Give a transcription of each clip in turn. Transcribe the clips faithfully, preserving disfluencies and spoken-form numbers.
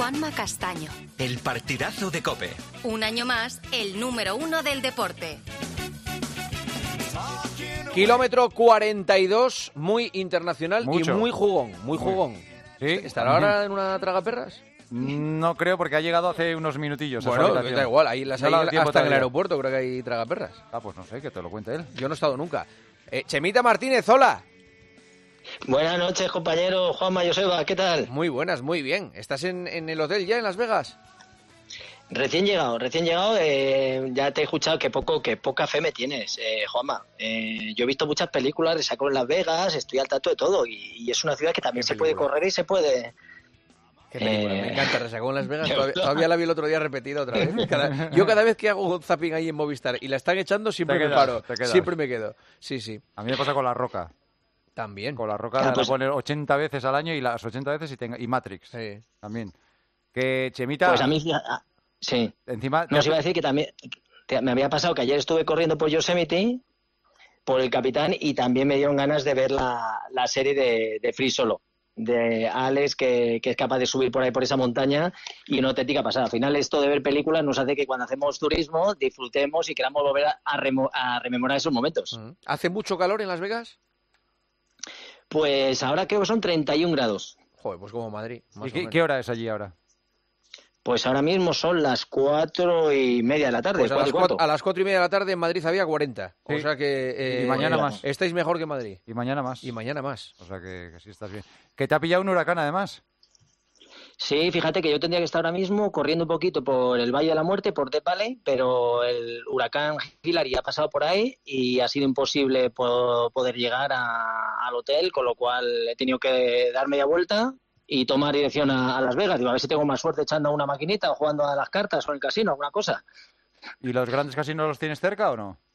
Juanma Castaño. El partidazo de COPE. Un año más, el número uno del deporte. Kilómetro cuarenta y dos, muy internacional. Mucho. Y muy jugón, muy jugón. Sí. ¿Estará ahora en una tragaperras? No creo, porque ha llegado hace unos minutillos. a su Bueno, habitación. da igual, ahí las No hay le ha dado tiempo hasta en el todavía. aeropuerto, creo que hay tragaperras. Ah, pues no sé, que te lo cuente él. Yo no he estado nunca. Eh, Chemita Martínez, hola. Buenas noches, compañero Juanma Joseba, ¿qué tal? Muy buenas, muy bien. ¿Estás en, en el hotel ya en Las Vegas? Recién llegado, recién llegado, eh, ya te he escuchado que poco, que poca fe me tienes, eh, Juanma. Eh, yo he visto muchas películas de Saco en Las Vegas, estoy al tanto de todo y, y es una ciudad que también se puede correr y se puede... Qué película, Eh, me encanta, Resacó en Las Vegas. yo- Todavía, todavía la vi el otro día repetida otra vez. Cada- yo cada vez que hago zapping ahí en Movistar y la están echando, siempre Te me quedas, paro. te quedas. Siempre me quedo. Sí, sí. A mí me pasa con La Roca. También. Con La Roca Ah, la pues- ponen ochenta veces al año y las ochenta veces y, tenga, y Matrix Sí. también. Que Chemita, Pues a mí, ah, sí, encima... no os iba a decir que también que me había pasado que ayer estuve corriendo por Yosemite, por el Capitán, y también me dieron ganas de ver la, la serie de, de Free Solo, de Alex, que, que es capaz de subir por ahí por esa montaña, y una auténtica pasada. Al final esto de ver películas nos hace que cuando hacemos turismo disfrutemos y queramos volver a, a remo- a rememorar esos momentos. Mm. ¿Hace mucho calor en Las Vegas? Pues ahora creo que son treinta y un grados. Joder, pues como Madrid. Más ¿Y o qué, menos. qué hora es allí ahora? Pues ahora mismo son las cuatro y media de la tarde. Pues a cuatro las, y cuarto. cuatro, a las cuatro y media de la tarde en Madrid había cuarenta. Sí. O sea que... eh, Y mañana eh, más. Estáis mejor que Madrid. Y mañana más. Y mañana más. O sea que, que sí estás bien. Que te ha pillado un huracán además. Sí, fíjate que yo tendría que estar ahora mismo corriendo un poquito por el Valle de la Muerte, por Death Valley, pero el huracán Hillary ha pasado por ahí y ha sido imposible po- poder llegar a- al hotel, con lo cual he tenido que dar media vuelta y tomar dirección a, a Las Vegas. Digo, a ver si tengo más suerte echando a una maquinita o jugando a las cartas o en el casino, alguna cosa. ¿Y los grandes casinos los tienes cerca o no?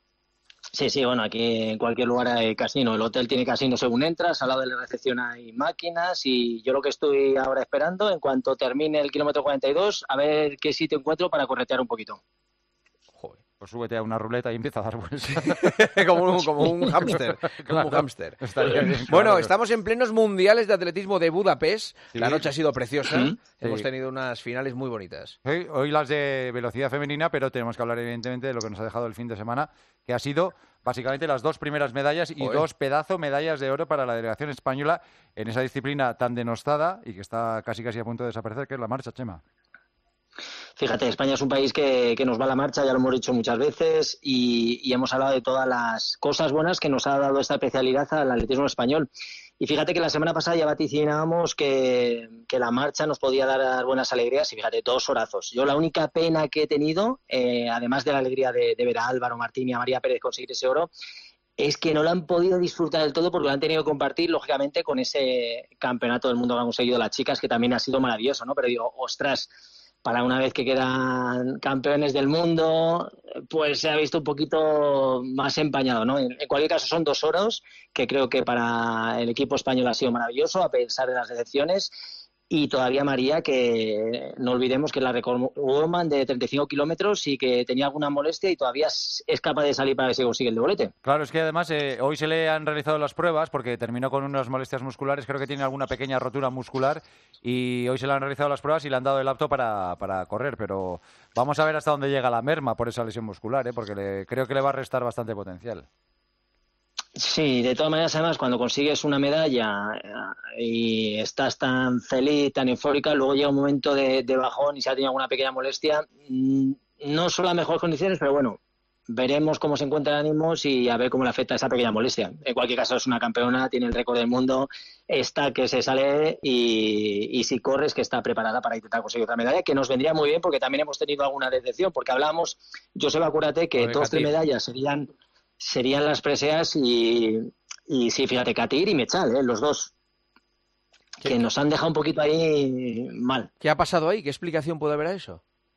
Sí, sí, bueno, aquí en cualquier lugar hay casino. El hotel tiene casino según entras, al lado de la recepción hay máquinas y yo lo que estoy ahora esperando, en cuanto termine el kilómetro cuarenta y dos, a ver qué sitio encuentro para corretear un poquito. Joder. Pues súbete a una ruleta y empieza a dar vueltas. como un, como un hámster. Como un Claro, hámster. estaría bien, Bueno, claro. estamos en plenos mundiales de atletismo de Budapest. Sí. La noche ha sido preciosa. Sí. Hemos Sí. tenido unas finales muy bonitas. Hoy, hoy las de velocidad femenina, pero tenemos que hablar evidentemente de lo que nos ha dejado el fin de semana, que ha sido básicamente las dos primeras medallas y Joder. dos pedazo medallas de oro para la delegación española en esa disciplina tan denostada y que está casi casi a punto de desaparecer, que es la marcha, Chema. Fíjate, España es un país que, que nos va a la marcha, ya lo hemos dicho muchas veces, y, y hemos hablado de todas las cosas buenas que nos ha dado esta especialidad al atletismo español. Y fíjate que la semana pasada ya vaticinábamos que, que la marcha nos podía dar buenas alegrías, y fíjate, dos horazos. Yo la única pena que he tenido, eh, además de la alegría de, de ver a Álvaro Martín y a María Pérez conseguir ese oro, es que no lo han podido disfrutar del todo porque lo han tenido que compartir, lógicamente, con ese campeonato del mundo que han conseguido las chicas, que también ha sido maravilloso, ¿no? Pero digo, ostras, para una vez que quedan campeones del mundo, pues se ha visto un poquito más empañado, ¿no? En, en cualquier caso, son dos oros que creo que para el equipo español ha sido maravilloso, a pesar de las decepciones. Y todavía María, que no olvidemos que es la recordwoman de treinta y cinco kilómetros y que tenía alguna molestia y todavía es es capaz de salir para que se consiga el doblete. Claro, es que además eh, hoy se le han realizado las pruebas porque terminó con unas molestias musculares, creo que tiene alguna pequeña rotura muscular y hoy se le han realizado las pruebas y le han dado el apto para, para correr, pero vamos a ver hasta dónde llega la merma por esa lesión muscular, ¿eh? Porque le, creo que le va a restar bastante potencial. Sí, de todas maneras, además, cuando consigues una medalla eh, y estás tan feliz, tan eufórica, luego llega un momento de, de bajón y si ha tenido alguna pequeña molestia, mm, no son las mejores condiciones, pero bueno, veremos cómo se encuentra el ánimos y a ver cómo le afecta esa pequeña molestia. En cualquier caso, es una campeona, tiene el récord del mundo, está que se sale y, y si corres, que está preparada para intentar conseguir otra medalla, que nos vendría muy bien porque también hemos tenido alguna decepción, porque hablamos, Joseba, acuérdate que Joder, dos, tres Katir. medallas serían... serían las preseas y, y sí, fíjate, Katir y Mechal, ¿eh? Los dos, ¿Qué- que nos han dejado un poquito ahí mal. ¿Qué ha pasado ahí? ¿Qué explicación puede haber a eso?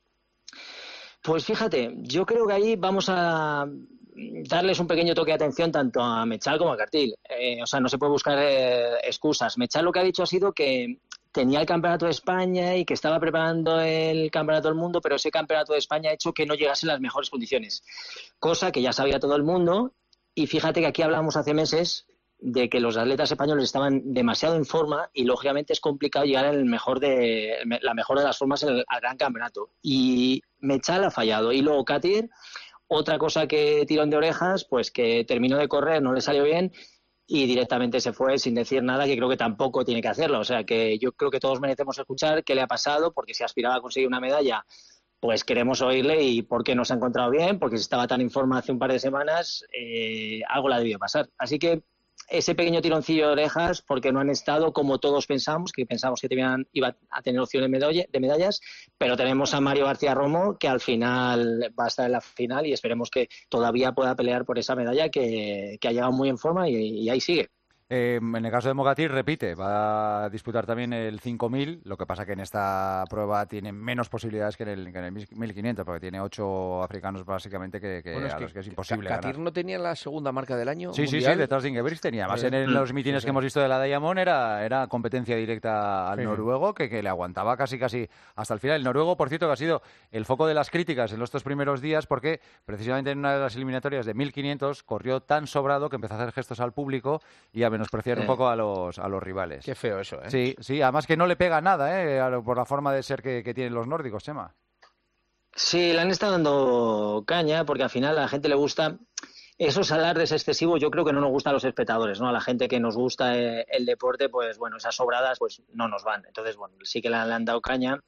Pues fíjate, yo creo que ahí vamos a darles un pequeño toque de atención tanto a Mechal como a Cartil. Eh, o sea, no se puede buscar eh, excusas. Mechal lo que ha dicho ha sido que tenía el Campeonato de España y que estaba preparando el Campeonato del Mundo, pero ese Campeonato de España ha hecho que no llegase en las mejores condiciones. Cosa que ya sabía todo el mundo. Y fíjate que aquí hablamos hace meses de que los atletas españoles estaban demasiado en forma y lógicamente es complicado llegar en el mejor de la mejor de las formas al gran campeonato. Y Mechal ha fallado. Y luego Katir, otra cosa que tirón de orejas, pues que terminó de correr, no le salió bien y directamente se fue sin decir nada, que creo que tampoco tiene que hacerlo. O sea, que yo creo que todos merecemos escuchar qué le ha pasado, porque si aspiraba a conseguir una medalla, pues queremos oírle y por qué no se ha encontrado bien, porque si estaba tan en forma hace un par de semanas, eh, algo le ha debido pasar. Así que ese pequeño tironcillo de orejas, porque no han estado como todos pensamos, que pensamos que tenían, iba a tener opciones de medallas, pero tenemos a Mario García Romo, que al final va a estar en la final y esperemos que todavía pueda pelear por esa medalla, que, que ha llegado muy en forma y, y ahí sigue. Eh, en el caso de Mogatir, repite, va a disputar también el cinco mil, lo que pasa que en esta prueba tiene menos posibilidades que en el, que en el mil quinientos, porque tiene ocho africanos básicamente que, que bueno, es a que los que es imposible Katir ganar. no tenía la segunda marca del año Sí, mundial. sí, sí, detrás de Ingebrigtsen tenía. Además, Eh, en los mítines sí, sí. que hemos visto de la Diamond era, era competencia directa al Sí, sí. noruego, que, que le aguantaba casi casi hasta el final. El noruego, por cierto, que ha sido el foco de las críticas en estos primeros días, porque precisamente en una de las eliminatorias de mil quinientos corrió tan sobrado que empezó a hacer gestos al público y a menospreciar Eh. un poco a los, a los rivales. Qué feo eso, ¿eh? Sí, sí, además que no le pega nada, ¿eh? A lo- por la forma de ser que, que tienen los nórdicos, Chema. Sí, le han estado dando caña porque al final a la gente le gusta esos alardes excesivos. Yo creo que no nos gustan a los espectadores, ¿no? A la gente que nos gusta eh, el deporte, pues bueno, esas sobradas pues no nos van. Entonces, bueno, sí que le han, le han dado caña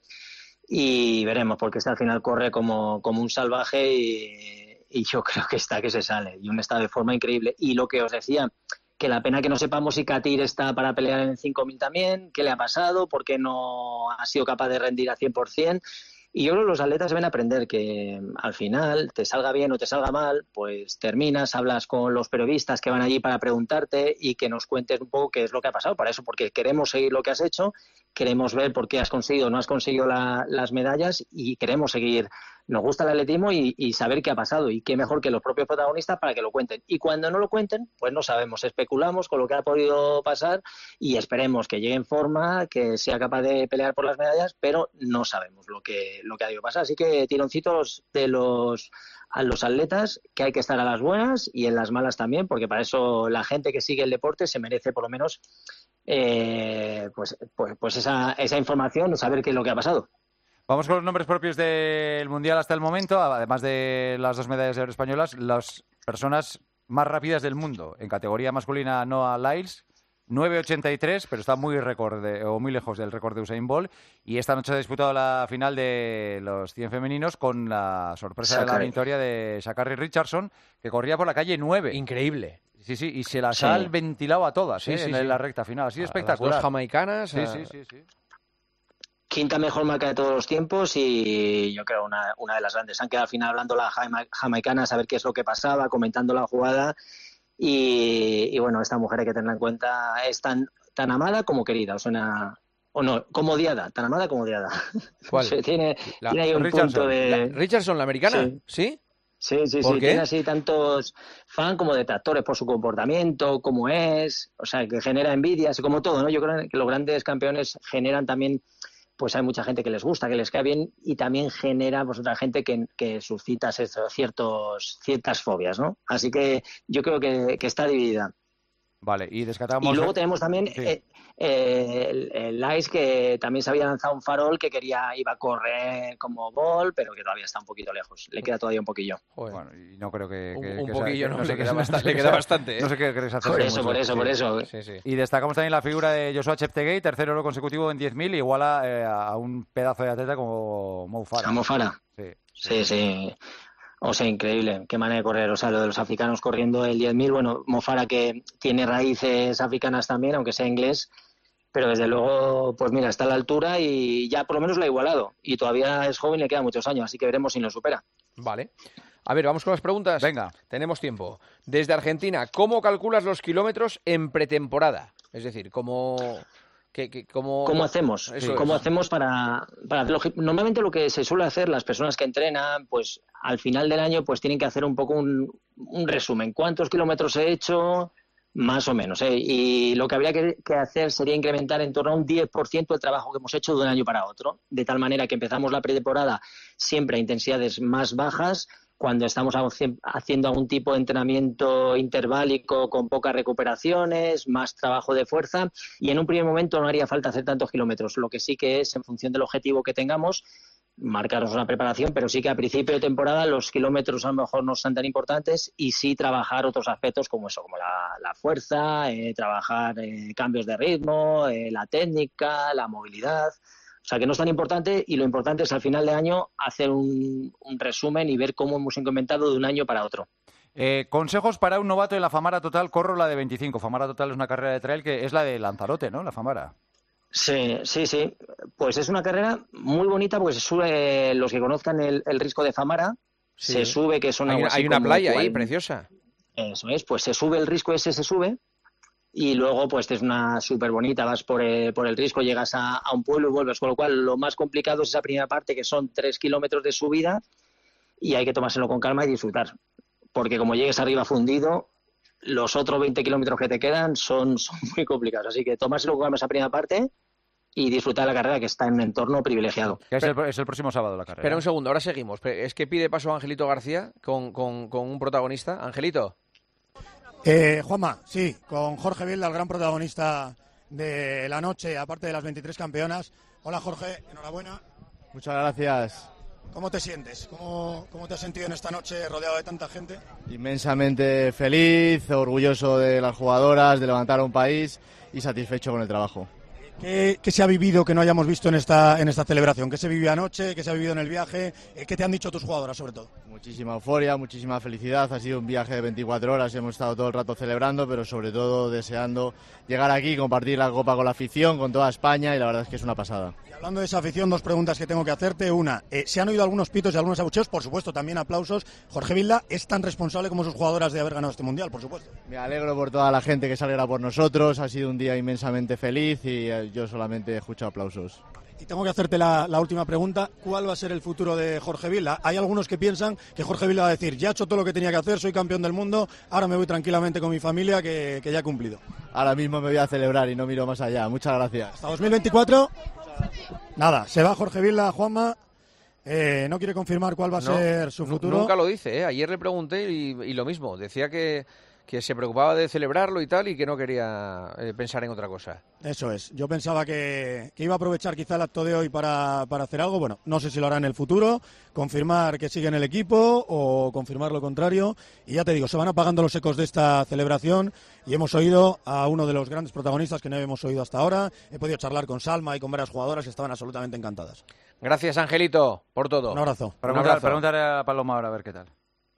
y veremos, porque este al final corre como, como un salvaje y, y yo creo que está que se sale y un estado de forma increíble. Y lo que os decía, que la pena que no sepamos si Katir está para pelear en el cinco mil también, qué le ha pasado, por qué no ha sido capaz de rendir al cien por ciento. Y yo creo que los atletas deben aprender que al final, te salga bien o te salga mal, pues terminas, hablas con los periodistas que van allí para preguntarte y que nos cuentes un poco qué es lo que ha pasado. Para eso, porque queremos seguir lo que has hecho, queremos ver por qué has conseguido o no has conseguido la, las medallas y queremos seguir. Nos gusta el atletismo y, y saber qué ha pasado y qué mejor que los propios protagonistas para que lo cuenten. Y cuando no lo cuenten, pues no sabemos, especulamos con lo que ha podido pasar y esperemos que llegue en forma, que sea capaz de pelear por las medallas, pero no sabemos lo que, lo que ha debido pasar. Así que tironcitos de los, a los atletas, que hay que estar a las buenas y en las malas también, porque para eso la gente que sigue el deporte se merece por lo menos eh, pues, pues, pues esa, esa información, saber qué es lo que ha pasado. Vamos con los nombres propios del Mundial hasta el momento, además de las dos medallas de oro españolas, las personas más rápidas del mundo. En categoría masculina, Noah Lyles, nueve ochenta y tres, pero está muy, récord de- o muy lejos del récord de Usain Bolt. Y esta noche ha disputado la final de los cien femeninos con la sorpresa de la Sha'Carri. victoria de Sha'Carri Richardson, que corría por la calle nueve. Increíble. Sí, sí, y se las Sí. ha ventilado a todas Sí, ¿eh? sí, en sí. la recta final. Ha sido A las espectacular. dos jamaicanas. Sí, a- sí, sí, sí. Quinta mejor marca de todos los tiempos y yo creo una, una de las grandes. Han quedado al final hablando la jama- jamaicana, a saber qué es lo que pasaba, comentando la jugada y, y bueno, esta mujer hay que tenerla en cuenta, es tan, tan amada como querida, o suena, o no, como odiada, tan amada como odiada. ¿Cuál? Sí, tiene, La- tiene ahí un Richardson. punto de... La- Richardson, la americana. Sí. ¿Sí? Sí, sí, ¿Por sí, qué? tiene así tantos fans como detractores por su comportamiento, como es, o sea, que genera envidia, así como todo, ¿no? Yo creo que los grandes campeones generan también, pues hay mucha gente que les gusta, que les cae bien, y también genera pues otra gente que, que suscita eso, ciertos, ciertas fobias, ¿no? Así que yo creo que, que está dividida. Vale, y descartamos... Y luego tenemos también Sí. eh, eh, el, el Lice, que también se había lanzado un farol que quería, iba a correr como Ball, pero que todavía está un poquito lejos. Le queda todavía un poquillo. Joder. Bueno, y no creo que... Un- que- un que sea- poquillo, que- ¿no? sé Le qué- queda no sé bastante- qué le queda sea- bastante, ¿eh? No sé qué queréis hacer. Por mucho. eso, por eso, Sí. por eso. Sí, sí. Y destacamos también la figura de Joshua Cheptegei, tercer oro consecutivo en diez mil, iguala eh, a un pedazo de atleta como Mo Farah. Como Fara. Sí. Sí, sí. O sea, increíble. Qué manera de correr. O sea, lo de los africanos corriendo el diez mil. Bueno, Mo Farah, que tiene raíces africanas también, aunque sea inglés. Pero desde luego, pues mira, está a la altura y ya por lo menos lo ha igualado. Y todavía es joven y le quedan muchos años. Así que veremos si lo supera. Vale. A ver, vamos con las preguntas. Venga. Tenemos tiempo. Desde Argentina, ¿cómo calculas los kilómetros en pretemporada? Es decir, ¿cómo... que- que- cómo, ¿Cómo hacemos? Eso ¿Cómo es. hacemos para, para hacerlo? Normalmente lo que se suele hacer, las personas que entrenan, pues al final del año pues tienen que hacer un poco un, un resumen. ¿Cuántos kilómetros he hecho? Más o menos. ¿eh? Y lo que habría que, que hacer sería incrementar en torno a un diez por ciento el trabajo que hemos hecho de un año para otro. De tal manera que empezamos la pretemporada siempre a intensidades más bajas, cuando estamos haciendo algún tipo de entrenamiento interválico con pocas recuperaciones, más trabajo de fuerza, y en un primer momento no haría falta hacer tantos kilómetros. Lo que sí que es, en función del objetivo que tengamos, marcarnos una preparación, pero sí que a principio de temporada los kilómetros a lo mejor no son tan importantes y sí trabajar otros aspectos como eso, como la, la fuerza, eh, trabajar eh, cambios de ritmo, eh, la técnica, la movilidad. O sea, que no es tan importante, y lo importante es al final de año hacer un, un resumen y ver cómo hemos incrementado de un año para otro. Eh, consejos para un novato en la Famara Total. Corro la de veinticinco. Famara Total es una carrera de trail que es la de Lanzarote, ¿no? La Famara. Sí, sí, sí. Pues es una carrera muy bonita porque se sube, los que conozcan el, el risco de Famara, Sí. se sube, que son Hay, algo una- así hay una como playa ahí, cuarenta. preciosa. Eso es, pues se sube el risco ese, se sube, y luego pues es una súper bonita, vas por el, por el risco, llegas a, a un pueblo y vuelves, con lo cual lo más complicado es esa primera parte, que son tres kilómetros de subida, y hay que tomárselo con calma y disfrutar, porque como llegues arriba fundido, los otros veinte kilómetros que te quedan son, son muy complicados, así que tomárselo con calma esa primera parte y disfrutar de la carrera, que está en un entorno privilegiado. Que es, el, es el próximo sábado la carrera. Espera un segundo, ahora seguimos. Pe- Es que pide paso Angelito García con, con, con un protagonista. Angelito. Eh, Juanma, sí, con Jorge Vilda, el gran protagonista de la noche, aparte de las veintitrés campeonas. Hola Jorge, enhorabuena. Muchas gracias. ¿Cómo te sientes? ¿Cómo, cómo te has sentido en esta noche rodeado de tanta gente? Inmensamente feliz, orgulloso de las jugadoras, de levantar a un país y satisfecho con el trabajo. ¿Qué, qué se ha vivido que no hayamos visto en esta, en esta celebración? ¿Qué se vivió anoche? ¿Qué se ha vivido en el viaje? Eh, ¿Qué te han dicho tus jugadoras sobre todo? Muchísima euforia, muchísima felicidad. Ha sido un viaje de veinticuatro horas, hemos estado todo el rato celebrando, pero sobre todo deseando llegar aquí, compartir la copa con la afición, con toda España, y la verdad es que es una pasada. Y hablando de esa afición, dos preguntas que tengo que hacerte. Una, eh, se han oído algunos pitos y algunos abucheos, por supuesto, también aplausos. Jorge Vilda es tan responsable como sus jugadoras de haber ganado este Mundial, por supuesto. Me alegro por toda la gente que se alegra por nosotros, ha sido un día inmensamente feliz y eh, yo solamente he escuchado aplausos. Y tengo que hacerte la, la última pregunta. ¿Cuál va a ser el futuro de Jorge Vilda? Hay algunos que piensan que Jorge Vilda va a decir, ya he hecho todo lo que tenía que hacer, soy campeón del mundo, ahora me voy tranquilamente con mi familia, que, que ya he cumplido. Ahora mismo me voy a celebrar y no miro más allá. Muchas gracias. Hasta dos mil veinticuatro, nada, se va Jorge Vilda, Juanma. Eh, no quiere confirmar cuál va a No, ser su nu- futuro. Nunca lo dice, ¿eh? Ayer le pregunté y, y lo mismo. Decía que, que se preocupaba de celebrarlo y tal y que no quería eh, pensar en otra cosa. Eso es. Yo pensaba que, que iba a aprovechar quizá el acto de hoy para, para hacer algo. Bueno, no sé si lo hará en el futuro, confirmar que sigue en el equipo o confirmar lo contrario. Y ya te digo, se van apagando los ecos de esta celebración y hemos oído a uno de los grandes protagonistas que no hemos oído hasta ahora. He podido charlar con Salma y con varias jugadoras que estaban absolutamente encantadas. Gracias, Angelito, por todo. Un abrazo. Un Preguntar, abrazo. preguntaré a Paloma ahora a ver qué tal.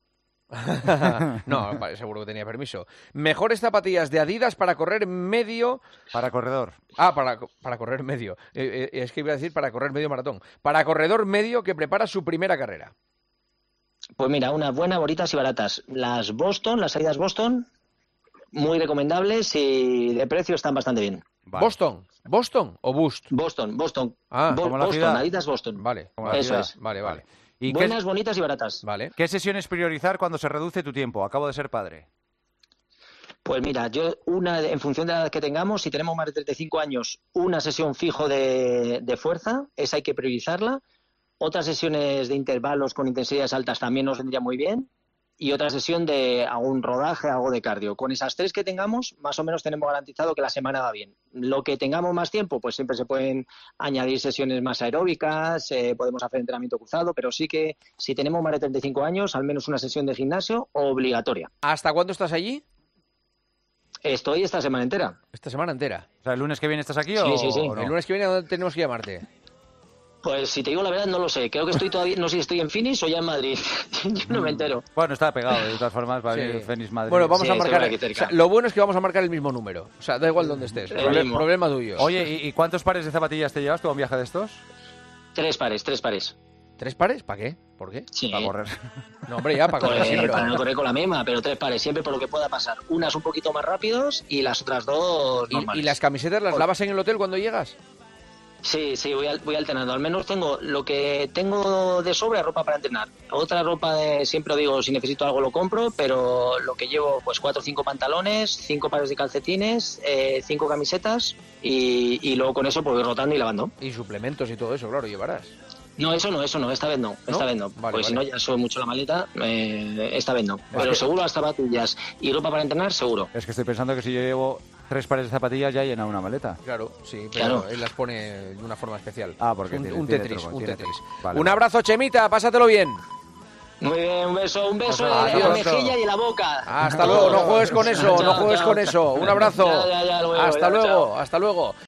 No, vale, seguro que tenía permiso. Mejores zapatillas de Adidas para correr medio... Para corredor. Ah, para, para correr medio. Eh, eh, es que iba a decir para correr medio maratón. Para corredor medio que prepara su primera carrera. Pues mira, unas buenas, bonitas y baratas. Las Boston, las Adidas Boston, muy recomendables y de precio están bastante bien. Vale. Boston. ¿Boston o Boost? Boston, Boston. Ah, Bo- como la Boston, ciudad. Adidas Boston. Vale, Como la Eso ciudad. es. vale, vale. ¿Y qué, Buenas, bonitas y baratas. Vale. qué sesiones priorizar cuando se reduce tu tiempo? Acabo de ser padre. Pues mira, yo una en función de la edad que tengamos, si tenemos más de treinta y cinco años, una sesión fijo de, de fuerza, esa hay que priorizarla. Otras sesiones de intervalos con intensidades altas también nos vendría muy bien. Y otra sesión de algún rodaje, algo de cardio. Con esas tres que tengamos, más o menos tenemos garantizado que la semana va bien. Lo que tengamos más tiempo, pues siempre se pueden añadir sesiones más aeróbicas, eh, podemos hacer entrenamiento cruzado, pero sí que si tenemos más de treinta y cinco años, al menos una sesión de gimnasio obligatoria. ¿Hasta cuándo estás allí? Estoy esta semana entera. Esta semana entera. O sea, ¿el lunes que viene estás aquí Sí, o, sí, sí. o no? El lunes que viene, ¿a dónde tenemos que llamarte? Pues si te digo la verdad, no lo sé. Creo que estoy todavía, no sé si estoy en Phoenix o ya en Madrid. Yo no me entero. Bueno, está pegado, de todas formas, para Sí. ir Fénix Madrid. Bueno, vamos Sí, a estoy marcar. aquí cerca. O sea, lo bueno es que vamos a marcar el mismo número. O sea, da igual donde estés. El Proble- mismo. problema tuyo. Oye, ¿y, y cuántos pares de zapatillas te llevas tú a un viaje de estos? Tres pares, tres pares. ¿Tres pares? ¿Para qué? ¿Por qué? Sí. Para correr. No, hombre, ya, para correr Pues, siempre. para no correr con la misma, pero tres pares, siempre por lo que pueda pasar. Unas un poquito más rápidos y las otras dos normales. ¿Y, y las camisetas las lavas en el hotel cuando llegas? Sí, sí, voy, al- voy alternando. Al menos tengo lo que tengo de sobra, ropa para entrenar. Otra ropa, de, siempre digo, si necesito algo lo compro, pero lo que llevo, pues cuatro o cinco pantalones, cinco pares de calcetines, eh, cinco camisetas y, y luego con eso pues voy rotando y lavando. Y suplementos y todo eso, claro, llevarás. No, eso no, eso no, esta vez no, esta ¿No? vez no, Vale, porque si vale. no ya sube mucho la maleta, eh, esta vez no. Pero que- seguro las zapatillas y ropa para entrenar, seguro. Es que estoy pensando que si yo llevo tres pares de zapatillas ya he llenado una maleta. Claro, sí, pero Claro. él las pone de una forma especial. Ah, porque un, tiene- un tiene Tetris, truco, un tiene Tetris. truco. Vale, un vale. abrazo, Chemita, pásatelo bien. Muy bien, un beso, un beso Adiós. en la Adiós. mejilla y en la boca. Hasta luego, no juegues con eso, no Chao, juegues chao, con chao. eso. Un abrazo. Ya, ya, ya, luego, Hasta ya, luego, chao. hasta luego.